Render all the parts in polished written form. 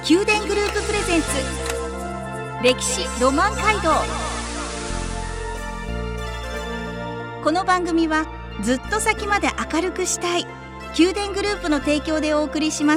宮殿グループプレゼンツ歴史ロマン街道。この番組はずっと先まで明るくしたい宮殿グループの提供でお送りします。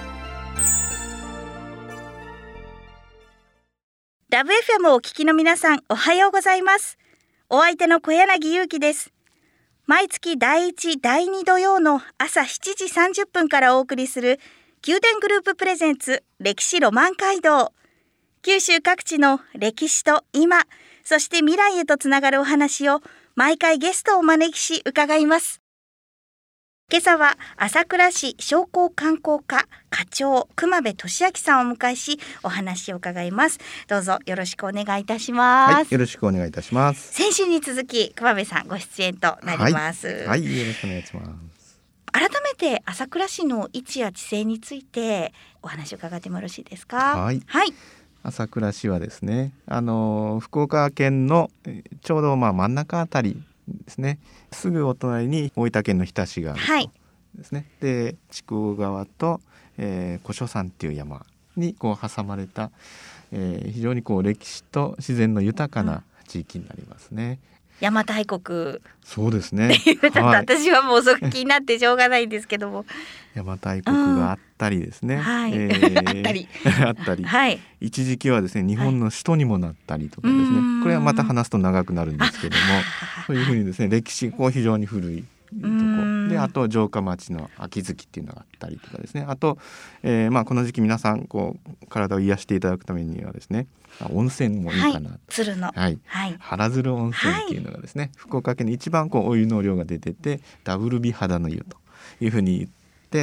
ラブ FM をお聞きの皆さん、おはようございます。お相手の小柳ゆうきです。毎月第1、第2土曜の朝7時30分からお送りする宮殿グループプレゼンツ歴史ロマン街道。九州各地の歴史と今、そして未来へとつながるお話を毎回ゲストをお招きし伺います。今朝は朝倉市商工観光課課長熊部俊明さんをお迎えしお話を伺います。どうぞよろしくお願いいたします。 はい、よろしくお願いいたします。 先週に続き熊部さんご出演となります。 はい、よろしくお願いします。 改めて朝倉市の位置や地勢についてお話を伺ってもよろしいですか。 はい、 はい、 朝倉市はですね、福岡県のちょうど真ん中あたりですね。すぐお隣に大分県の日田市があるとですね。で、筑後川と、古所山っていう山にこう挟まれた、非常にこう歴史と自然の豊かな地域になりますね。 邪馬台国。 そうですね。 はい、私はもうそこ気になってしょうがないんですけども、 邪馬台国があったりですね。 はい、あったり、はい、 一時期はですね、日本の首都にもなったりとかですね。これはまた話すと長くなるんですけども、そういうふうにですね、歴史非常に古いとこで、あと城下町の秋月っていうのがあったりとかですね。あと、この時期皆さんこう体を癒していただくためにはですね、温泉もいいかな、 鶴の、 原鶴温泉っていうのがですね、福岡県に一番こうお湯の量が出てて、ダブル美肌の湯というふうに言って、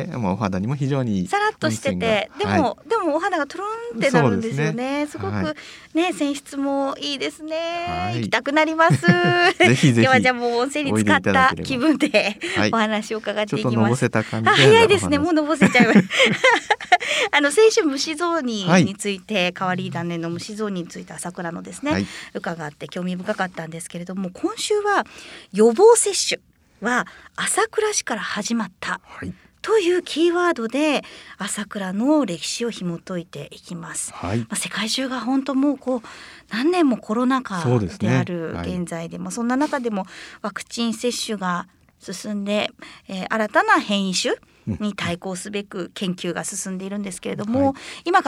お肌にも非常にいいさらっとしてて、でもお肌がトゥルンってなるんですよね。すごくね、泉質もいいですね。行きたくなります。 ぜひぜひ今日はじゃあもう温泉に浸かった気分でお話を伺っていきます。 ちょっとのぼせた感じで。 早いですね、もうのぼせちゃいます。先週虫雑煮について、変わり種の虫雑煮について朝倉のですね、伺って興味深かったんですけれども、今週は予防接種は朝倉市から始まった、というキーワードで朝倉の歴史を紐解いていきます。世界中が本当もうこう何年もコロナ禍である現在でも、そんな中でもワクチン接種が進んで、新たな変異種に対抗すべく研究が進んでいるんですけれども、今から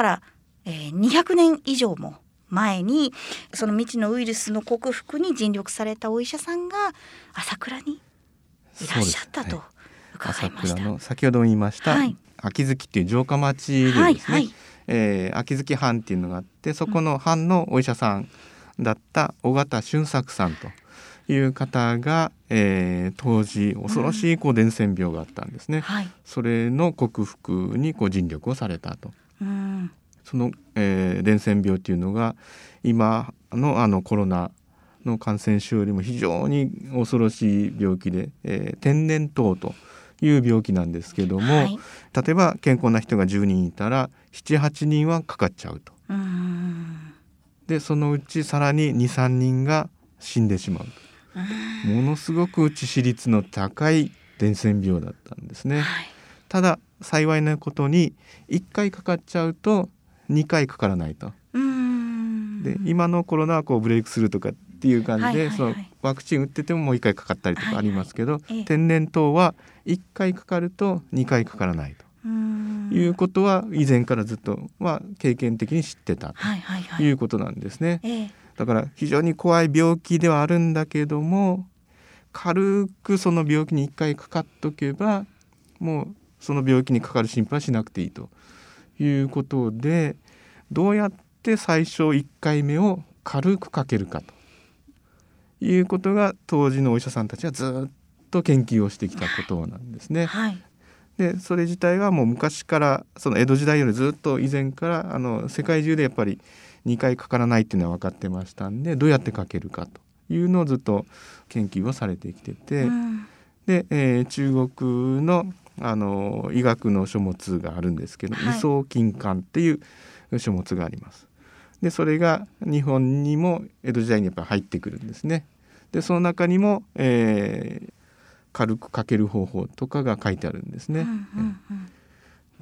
、200年以上も前にその未知のウイルスの克服に尽力されたお医者さんが朝倉にいらっしゃったと伺いました。 朝倉の先ほども言いました、秋月っていう城下町でですね、秋月藩っていうのがあって、そこの藩のお医者さんだった尾形俊作さんという方が、当時恐ろしい伝染病があったんですね。それの克服に尽力をされたと。その、伝染病っていうのが今のコロナの感染症よりも非常に恐ろしい病気で、天然痘という病気なんですけども、例えば健康な人が10人いたら 7,8 人はかかっちゃうと。でそのうちさらに 2,3 人が死んでしまうと。ものすごく致死率の高い伝染病だったんですね。ただ幸いなことに1回かかっちゃうと2回かからないと。で今のコロナはブレイクスルーとかっていう感じで、そのワクチン打っててももう1回かかったりとかありますけど、天然痘は1回かかると2回かからないということは以前からずっと経験的に知ってたということなんですね。だから非常に怖い病気ではあるんだけども、軽くその病気に1回かかっとけばもうその病気にかかる心配はしなくていいということで、どうやって最初1回目を軽くかけるかということが当時のお医者さんたちはずっと研究をしてきたことなんですね。でそれ自体はもう昔から、その江戸時代よりずっと以前から世界中でやっぱり2回かからないっていうのは分かってましたんで、どうやってかけるかというのをずっと研究をされてきてて、で、中国の医学の書物があるんですけど、医草金鑑っていう書物があります。でそれが日本にも江戸時代にやっぱり入ってくるんですね。でその中にも、軽くかける方法とかが書いてあるんですね。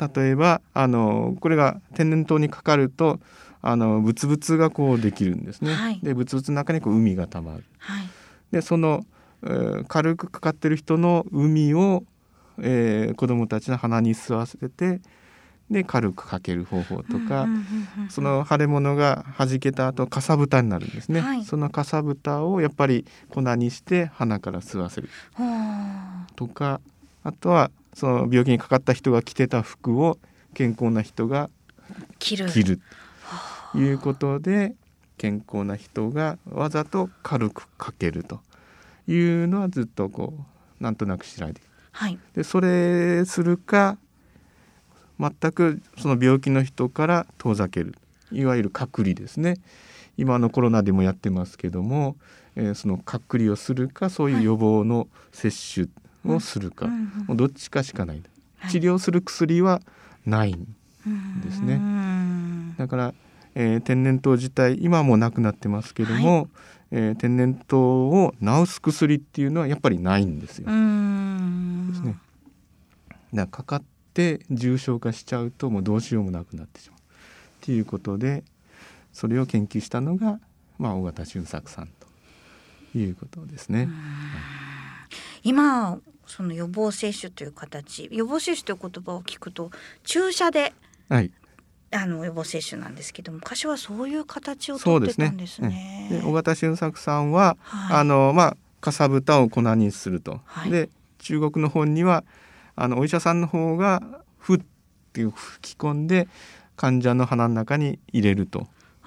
例えばこれが天然痘にかかるとブツブツがこうできるんですね、はい、でブツブツの中にこう膿がたまる、はい、でその、軽くかかってる人の膿を、子どもたちの鼻に吸わせてで軽くかける方法とか、その腫れ物が弾けた後かさぶたになるんですね、はい、そのかさぶたをやっぱり粉にして鼻から吸わせるとか、あとはその病気にかかった人が着てた服を健康な人が着るということで、健康な人がわざと軽くかけるというのはずっとこうなんとなく知られている、はい、でそれするか全くその病気の人から遠ざける、いわゆる隔離ですね。今のコロナでもやってますけども、その隔離をするかそういう予防の接種をするか、もうどっちかしかない、治療する薬はないんですね、だから、天然痘自体今はもうなくなってますけども、天然痘を治す薬っていうのはやっぱりないんですよ。ですね。だからかかって重症化しちゃうともうどうしようもなくなってしまうということで、それを研究したのが、尾形俊作さんということですね。 今その予防接種という形、予防接種という言葉を聞くと注射で、はい、予防接種なんですけども、昔はそういう形をとってたんですね。 で尾形俊作さんは、はい、かさぶたを粉にすると、はい、で中国の本にはお医者さんの方がふっていう吹き込んで患者の鼻の中に入れると、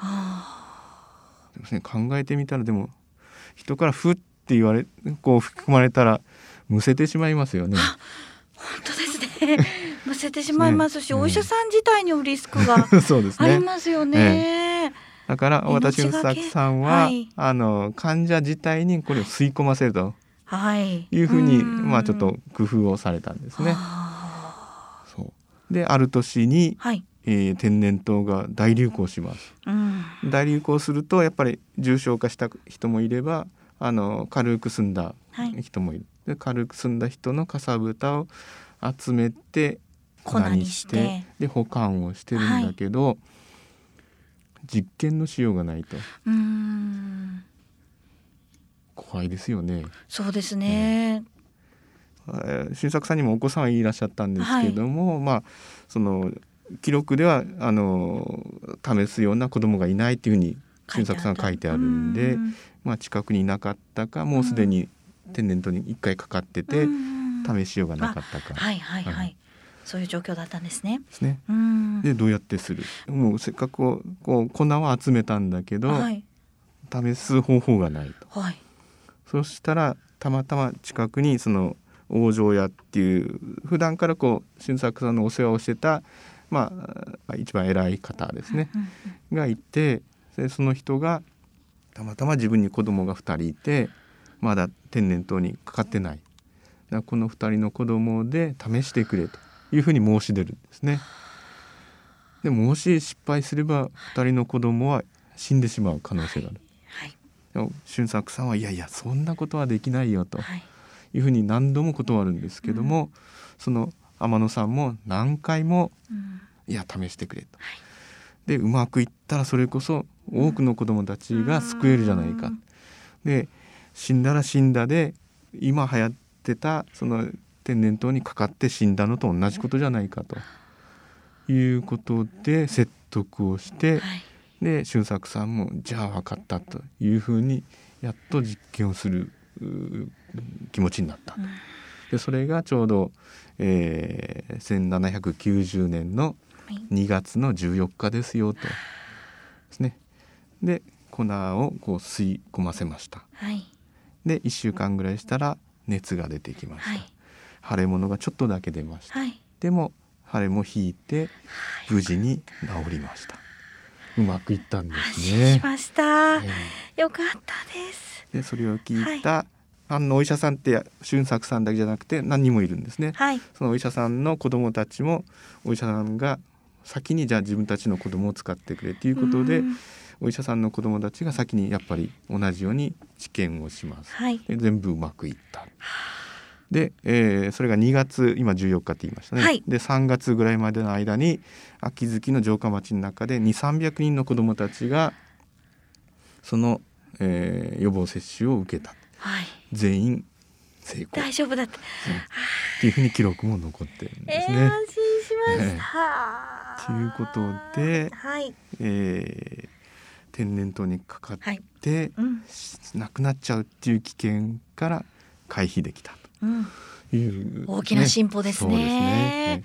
ですね、考えてみたらでも人からふって言われこう吹き込まれたらむせてしまいますよね。 本当ですねむせてしまいますし、お医者さん自体にもリスクがそうですね、 ありますよね。 だから尾形俊作さんは、はい、患者自体にこれを吸い込ませるというふうに、ちょっと工夫をされたんですね。そうである年に、はい、天然痘が大流行します、大流行するとやっぱり重症化した人もいれば軽く済んだ人もいる、で軽く済んだ人のかさぶたを集めて粉にしてで保管をしてるんだけど、はい、実験のしようがないと。怖いですよね。 そうですね、 俊作さんにもお子さんいらっしゃったんですけども、はい、その記録では試すような子供がいないっていうふうに俊作さん書いてあるんで、近くにいなかったかもうすでに天然痘に1回かかってて試しようがなかったか、 はいはいはい、そういう状況だったんですね。 でどうやってする、もうせっかくこう粉を集めたんだけど、はい、試す方法がないと、はい、そしたらたまたま近くにその往生屋っていう普段からこう俊作さんのお世話をしてた、一番偉い方ですね、がいて、でその人がたまたま自分に子供が2人いてまだ天然痘にかかってない、だからこの2人の子供で試してくれというふうに申し出るんですね。でももし失敗すれば2人の子供は死んでしまう可能性がある、はいはい、俊作さんはいやいやそんなことはできないよというふうに何度も断るんですけども、その天野さんも何回も、いや試してくれと、はい、でうまくいったらそれこそ多くの子供たちが救えるじゃないか、で死んだら死んだで今流行ってたその天然痘にかかって死んだのと同じことじゃないかということで説得をして、はい、で俊作さんもじゃあ分かったというふうにやっと実験をする気持ちになった、でそれがちょうど、1790年の2月の14日ですよとですね。で粉をこう吸い込ませました、はい、で1週間ぐらいしたら熱が出てきました、はい、腫れ物がちょっとだけ出ました、はい、でも腫れも引いて無事に治りました。うまくいったんですね。 しました、よかったです。 でそれを聞いた、お医者さんって俊作さんだけじゃなくて何人もいるんですね、はい、そのお医者さんの子供たちもお医者さんが先にじゃあ自分たちの子供を使ってくれということで、お医者さんの子供たちが先にやっぱり同じように治験をします、はい、で全部うまくいったで、それが2月今14日って言いましたね、はい、で3月ぐらいまでの間に秋月の城下町の中で2、300人の子どもたちがその、予防接種を受けた、はい、全員成功、 大丈夫だった、 っていうふうに記録も残ってるんですね。 安心しました、 ということで、はい、天然痘にかかって、亡くなっちゃうっていう危険から回避できたという、 大きな進歩ですね。 そうですね、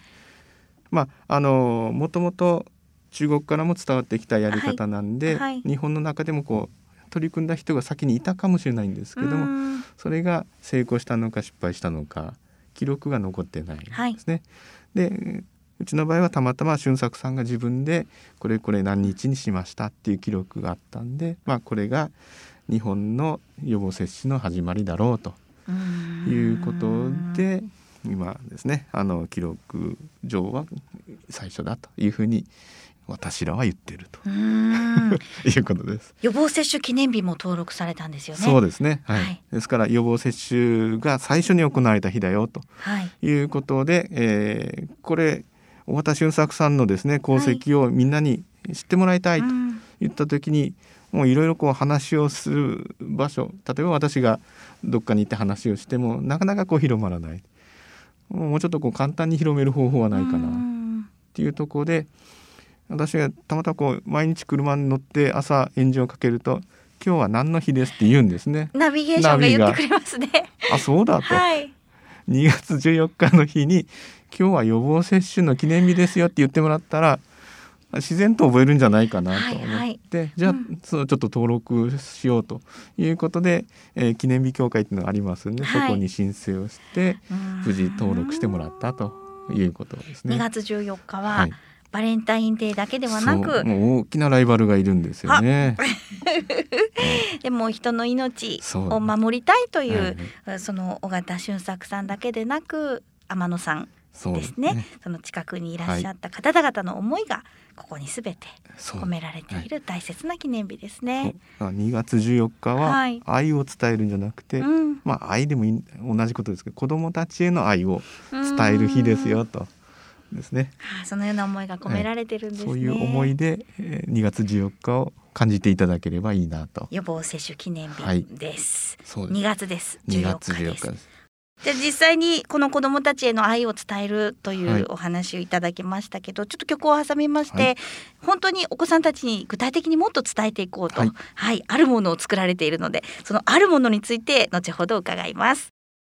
もともと中国からも伝わってきたやり方なんで、日本の中でもこう取り組んだ人が先にいたかもしれないんですけども、それが成功したのか失敗したのか記録が残ってないんですね。でうちの場合はたまたま俊作さんが自分でこれ何日にしましたっていう記録があったんで、これが日本の予防接種の始まりだろうということで、今ですね記録上は最初だというふうに私らは言っているということです。 予防接種記念日も登録されたんですよね。 そうですね、はい、ですから予防接種が最初に行われた日だよということで、これ尾形俊作さんのですね功績をみんなに知ってもらいたいと言った時に、もういろいろこう話をする場所、例えば私がどっかに行って話をしてもなかなかこう広まらない、もうちょっとこう簡単に広める方法はないかなっていうところで、私がたまたまこう毎日車に乗って朝エンジンをかけると今日は何の日ですって言うんですね。 ナビゲーションが言ってくれますね。 あ、そうだと、2月14日の日に今日は予防接種の記念日ですよって言ってもらったら自然と覚えるんじゃないかなと思って、じゃあ、ちょっと登録しようということで、記念日協会っていうのがありますので、そこに申請をして無事登録してもらったということですね。 2月14日は、バレンタインデーだけではなく、 もう大きなライバルがいるんですよね。 でも人の命を守りたいという、その尾形俊作さんだけでなく天野さんですね、その近くにいらっしゃった方々の思いがここにすべて込められている大切な記念日ですね。 2月14日は愛を伝えるんじゃなくて、愛でも同じことですけど子どもたちへの愛を伝える日ですよとですね。 そのような思いが込められてるんですね。 そういう思いで2月14日を感じていただければいいなと。 予防接種記念日です。2月です。14日です。で実際にこの子どもたちへの愛を伝えるというお話をいただきましたけど、ちょっと曲を挟みまして、本当にお子さんたちに具体的にもっと伝えていこうと、あるものを作られているので、そのあるものについて後ほど伺います。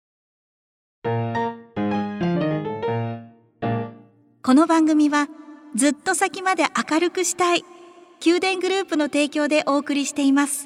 この番組はずっと先まで明るくしたい宮殿グループの提供でお送りしています。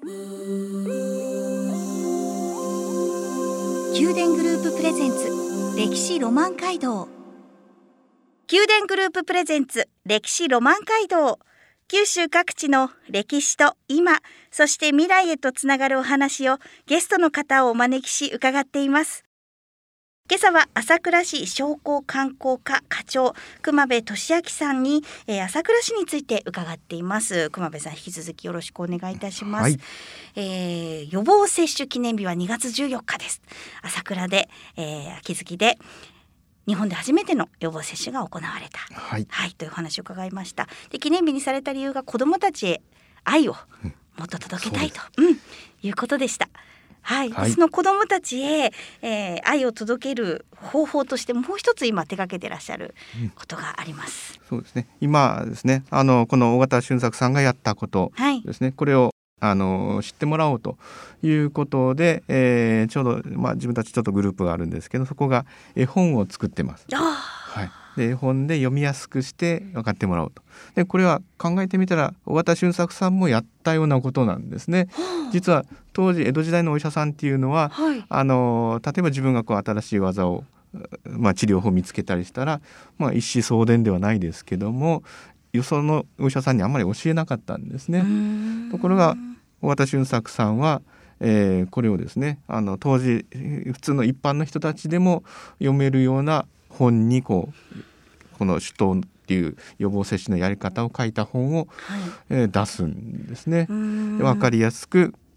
宮殿グループプレゼンツ歴史ロマン街道。宮殿グループプレゼンツ歴史ロマン街道。九州各地の歴史と今、そして未来へとつながるお話をゲストの方をお招きし伺っています。今朝は朝倉市商工観光課課長熊部俊明さんに、朝倉市について伺っています。熊部さん、引き続きよろしくお願いいたします。予防接種記念日は2月14日です。朝倉で、秋月で日本で初めての予防接種が行われた、という話を伺いました。で記念日にされた理由が子どもたちへ愛をもっと届けたいと、いうことでした。その子どもたちへ、愛を届ける方法としてもう一つ今手掛けてらっしゃることがあります。 そうですね、今ですねこの尾形俊作さんがやったことですね、これを知ってもらおうということで、ちょうど、自分たちちょっとグループがあるんですけど、そこが絵本を作ってます。で絵本で読みやすくして分かってもらおうと。でこれは考えてみたら尾形俊作さんもやったようなことなんですね。実は当時江戸時代のお医者さんっていうのは、例えば自分がこう新しい技を、治療法を見つけたりしたら、一子相伝ではないですけどもよそのお医者さんにあんまり教えなかったんですね。ところが尾形俊作さんはこれをですね当時普通の一般の人たちでも読めるような本にこの手刀っていう予防接種のやり方を書いた本を、出すんですね。分かりやすく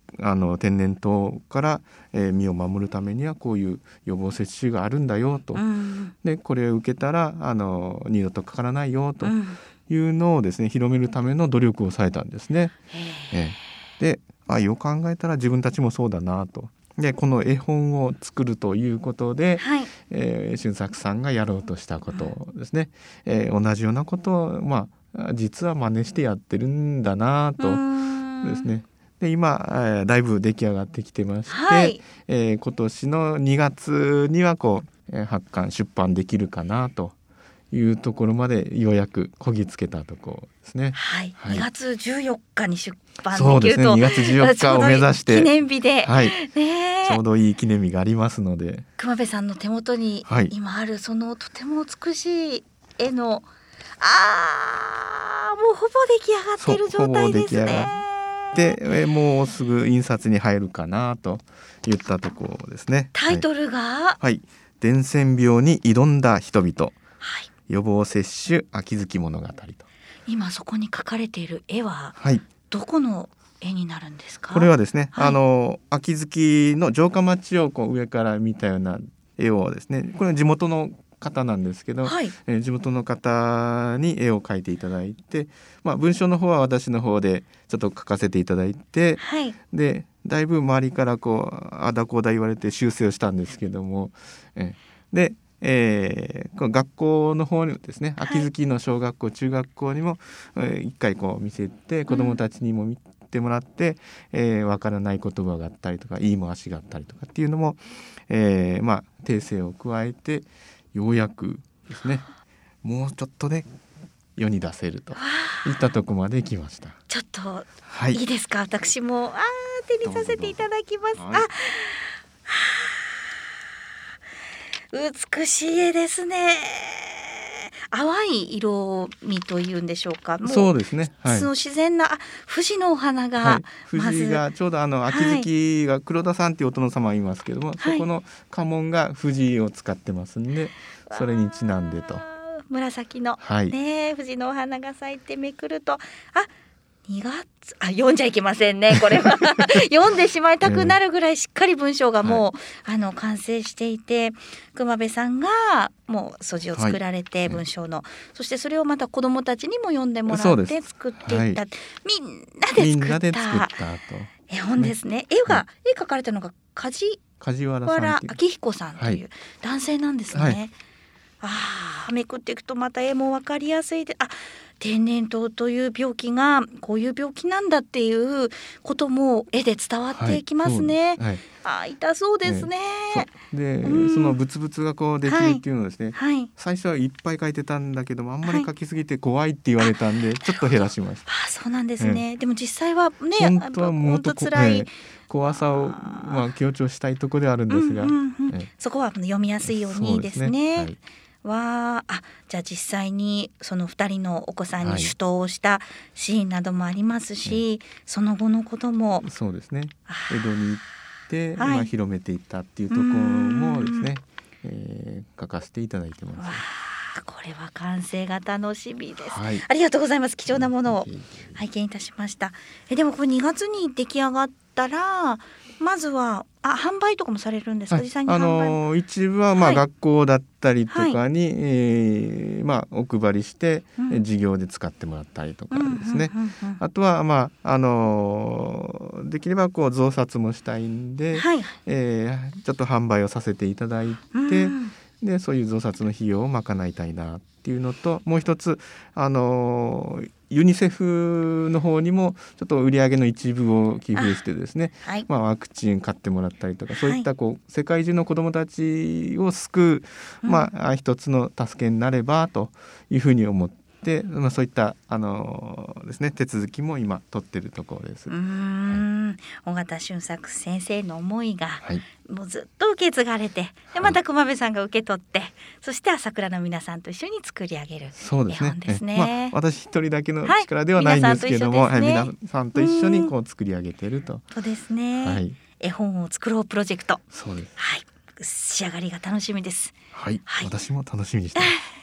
天然痘から、身を守るためにはこういう予防接種があるんだよと、でこれを受けたら二度とかからないよというのをですね、広めるための努力をされたんですね。でよく考えたら自分たちもそうだなと。でこの絵本を作るということで、俊作さんがやろうとしたことですね、同じようなことを、実は真似してやってるんだなとですね。で今、だいぶ出来上がってきてまして、今年の2月には発刊出版できるかなというところまでようやくこぎつけたところですね。 2月14日に出版できると。 そうですね、2月14日を目指して記念日で、 ちょうどいい記念日がありますので、 熊部さんの手元に今あるそのとても美しい絵のもうほぼ出来上がっている状態ですね。 でもうすぐ印刷に入るかなといったところですね。 タイトルが、 伝染病に挑んだ人々、予防接種秋月物語と。 今そこに描かれている絵は、どこの絵になるんですか？ これはですね、秋月の城下町を上から見たような絵をですね、これは地元の方なんですけど、地元の方に絵を描いていただいて、文章の方は私の方でちょっと書かせていただいて、でだいぶ周りからあだこうだ言われて修正をしたんですけども、で学校の方にもですね、秋月の小学校、中学校にも一回見せて子どもたちにも見てもらって、わからない言葉があったりとか言い回しがあったりとかっていうのも、訂正を加えてようやくですね、もうちょっとで世に出せるといったところまで来ました。 ちょっと、いいですか？私も手にさせていただきます。美しい絵ですね。淡い色味というんでしょうか。 そうですね、 その自然な富士のお花が、 富士がちょうど秋月が黒田さんっていうお殿様がいますけども、そこの家紋が富士を使ってますんで、それにちなんでと。 紫の、富士のお花が咲いてめくると2月読んじゃいけませんね、これは読んでしまいたくなるぐらいしっかり文章がもう、完成していて、熊部さんがもう素地を作られて、文章の、そしてそれをまた子どもたちにも読んでもらって作っていった、みんなで作った絵本ですね。絵描かれたのが梶原明彦さんという男性なんですね。めくっていくとまた絵も分かりやすいで、天然痘という病気がこういう病気なんだっていうことも絵で伝わっていきますね。痛そうですね。 で、そのブツブツができるっていうのですね、最初はいっぱい描いてたんだけども、あんまり描きすぎて怖いって言われたんで、ちょっと減らしました。 そうなんですね。でも実際はね、 本当はもっと辛い、怖さを強調したいところではあるんですが、 そこは読みやすいようにですね。じゃあ実際にその2人のお子さんに手刀をしたシーンなどもありますし、その後のこともそうですね、江戸に行って、広めていったっていうところもですね、書かせていただいてます。 これは完成が楽しみです。ありがとうございます。貴重なものを拝見いたしました。でもこれ2月に出来上がったらまずは販売とかもされるんですか？実際に販売一部は学校だったりとかに、お配りして授業で使ってもらったりとかですね、あとはできれば増刷もしたいんで、ちょっと販売をさせていただいて、でそういう増刷の費用を賄いたいなっていうのと、もう一つユニセフの方にもちょっと売り上げの一部を寄付してですね、ワクチン買ってもらったりとか、そういった世界中の子どもたちを救う、一つの助けになればというふうに思って、そういったですね、手続きも今取っているところです。 尾形俊作先生の思いが、もうずっと受け継がれて、でまた熊部さんが受け取って、そして朝倉の皆さんと一緒に作り上げる絵本ですね。 私一人だけの力ではないんですけども、皆さんと一緒に作り上げていると。 そうですね、絵本を作ろうプロジェクト。 そうです。 仕上がりが楽しみです。 私も楽しみにしてます。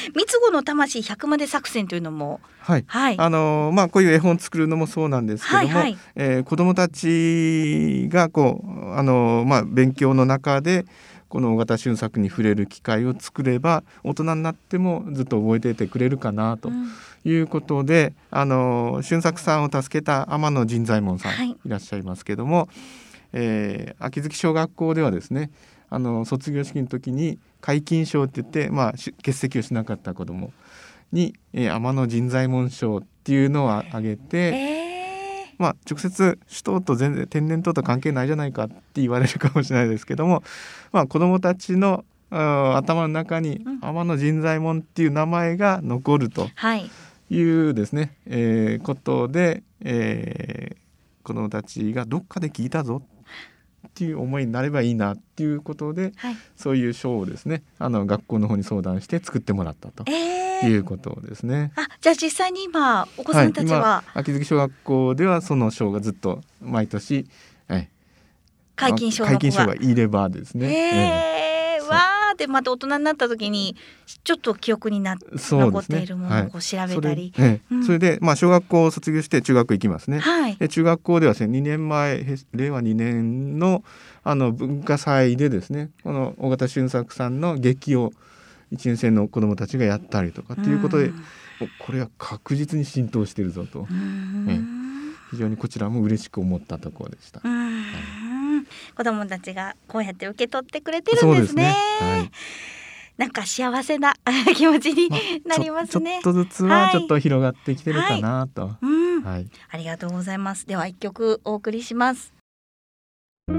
三つ子の魂100まで作戦というのも、 はい、はい、こういう絵本作るのもそうなんですけども、はいはい、子どもたちがこう勉強の中でこの尾形俊作に触れる機会を作れば大人になってもずっと覚えていてくれるかなということで、俊作さんを助けた天野仁左衛門さんいらっしゃいますけども、秋月小学校ではですね、卒業式の時に皆勤賞って言って、欠席をしなかった子どもに、天野仁左衛門賞っていうのをあげて、直接酒盗と全然天然痘と関係ないじゃないかって言われるかもしれないですけども、子どもたちの頭の中に天野仁左衛門っていう名前が残るというですね、ことで、子どもたちがどっかで聞いたぞっていう思いになればいいなっていうことで、そういう賞をですね、学校の方に相談して作ってもらったということですね。 じゃあ実際に今お子さんたちは、 秋月小学校ではその賞がずっと毎年、 皆勤賞がいればですね、 でまた大人になった時にちょっと記憶に残っているものをこう調べたり、 それで、小学校を卒業して中学校行きますね、で中学校ではですね、2年前令和2年の文化祭でですね、この尾形俊作さんの劇を1年生の子どもたちがやったりとかということで、これは確実に浸透しているぞと、非常にこちらも嬉しく思ったところでした。 子どもたちがこうやって受け取ってくれてるんですね。なんか幸せな気持ちになりますね。 ちょっとずつはちょっと広がってきてるかなと、 ありがとうございます。では一曲お送りします。宮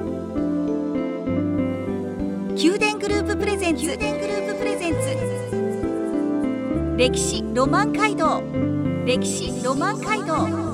殿グループプレゼンツ、歴史ロマン街道、歴史ロマン街道。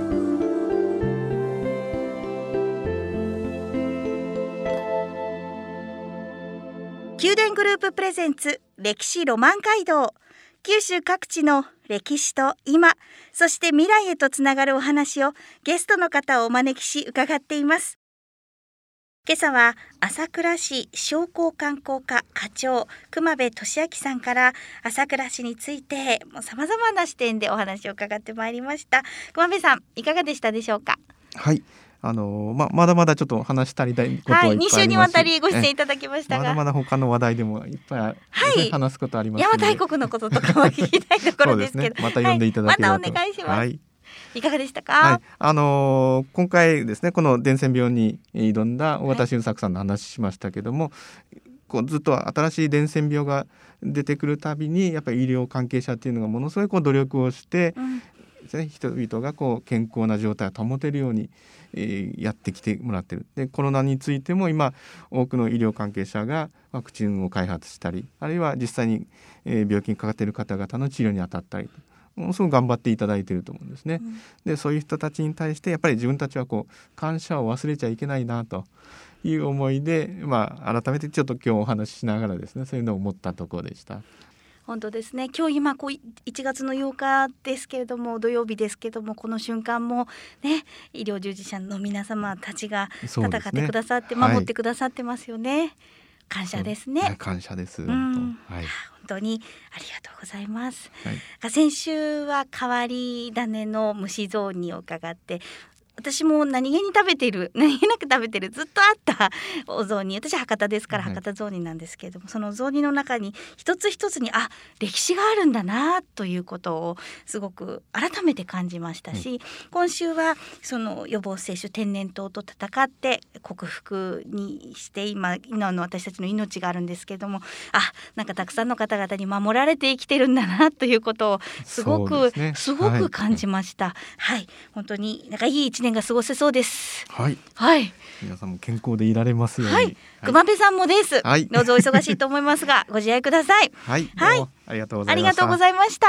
宮殿グループプレゼンツ歴史ロマン街道。九州各地の歴史と今、そして未来へとつながるお話をゲストの方をお招きし伺っています。今朝は朝倉市商工観光課課長熊部俊明さんから朝倉市についてさまざまな視点でお話を伺ってまいりました。熊部さん、いかがでしたでしょうか？ はい、まだまだちょっと話したりたいことはいっぱいありますし、 2週にわたりご出演いただきましたが、 まだまだ他の話題でもいっぱい、話すことありますので、 邪馬台国のこととかは聞きたいところですけどまた呼んでいただければと、 またお願いします。いかがでしたか？ 今回ですね、この伝染病に挑んだ尾形俊作さんの話しましたけども、こうずっと新しい伝染病が出てくるたびにやっぱり医療関係者っていうのがものすごい努力をして、人々が健康な状態を保てるように、やってきてもらっている。でコロナについても今多くの医療関係者がワクチンを開発したり、あるいは実際に、病気にかかっている方々の治療に当たったり、ものすごく頑張っていただいていると思うんですね。でそういう人たちに対してやっぱり自分たちは感謝を忘れちゃいけないなという思いで、改めてちょっと今日お話ししながらですね、そういうのを思ったところでした。 本当ですね。今日1月の8日ですけれども、土曜日ですけれども、この瞬間もね、医療従事者の皆様たちが戦ってくださって、守ってくださってますよね。感謝ですね。 感謝です。 本当にありがとうございます。先週は変わり種の蒸し雑煮を伺って、私も何気なく食べてるずっとあったお雑煮、私は博多ですから博多雑煮なんですけれども、その雑煮の中に一つ一つに歴史があるんだなということをすごく改めて感じましたし、今週はその予防接種天然痘と戦って克服にして今の私たちの命があるんですけれども、なんかたくさんの方々に守られて生きてるんだなということをすごく感じました。本当になんかいい一年が過ごせそうです。 皆さんも健康でいられますように。 熊部さんもです。どうぞお忙しいと思いますがご自愛ください。 ありがとうございました。 ありがとうございました。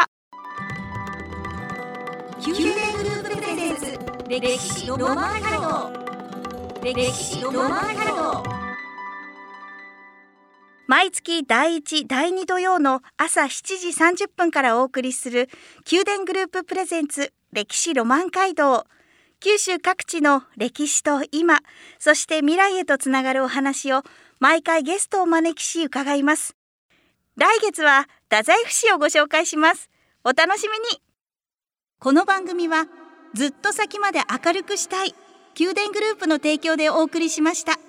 宮殿グループプレゼンツ歴史ロマン街道、歴史ロマン街道。 毎月第1、第2土曜の朝7時30分からお送りする宮殿グループプレゼンツ歴史ロマン街道。九州各地の歴史と今、そして未来へとつながるお話を毎回ゲストをお招きし伺います。来月は太宰府市をご紹介します。お楽しみに。この番組はずっと先まで明るくしたい宮殿グループの提供でお送りしました。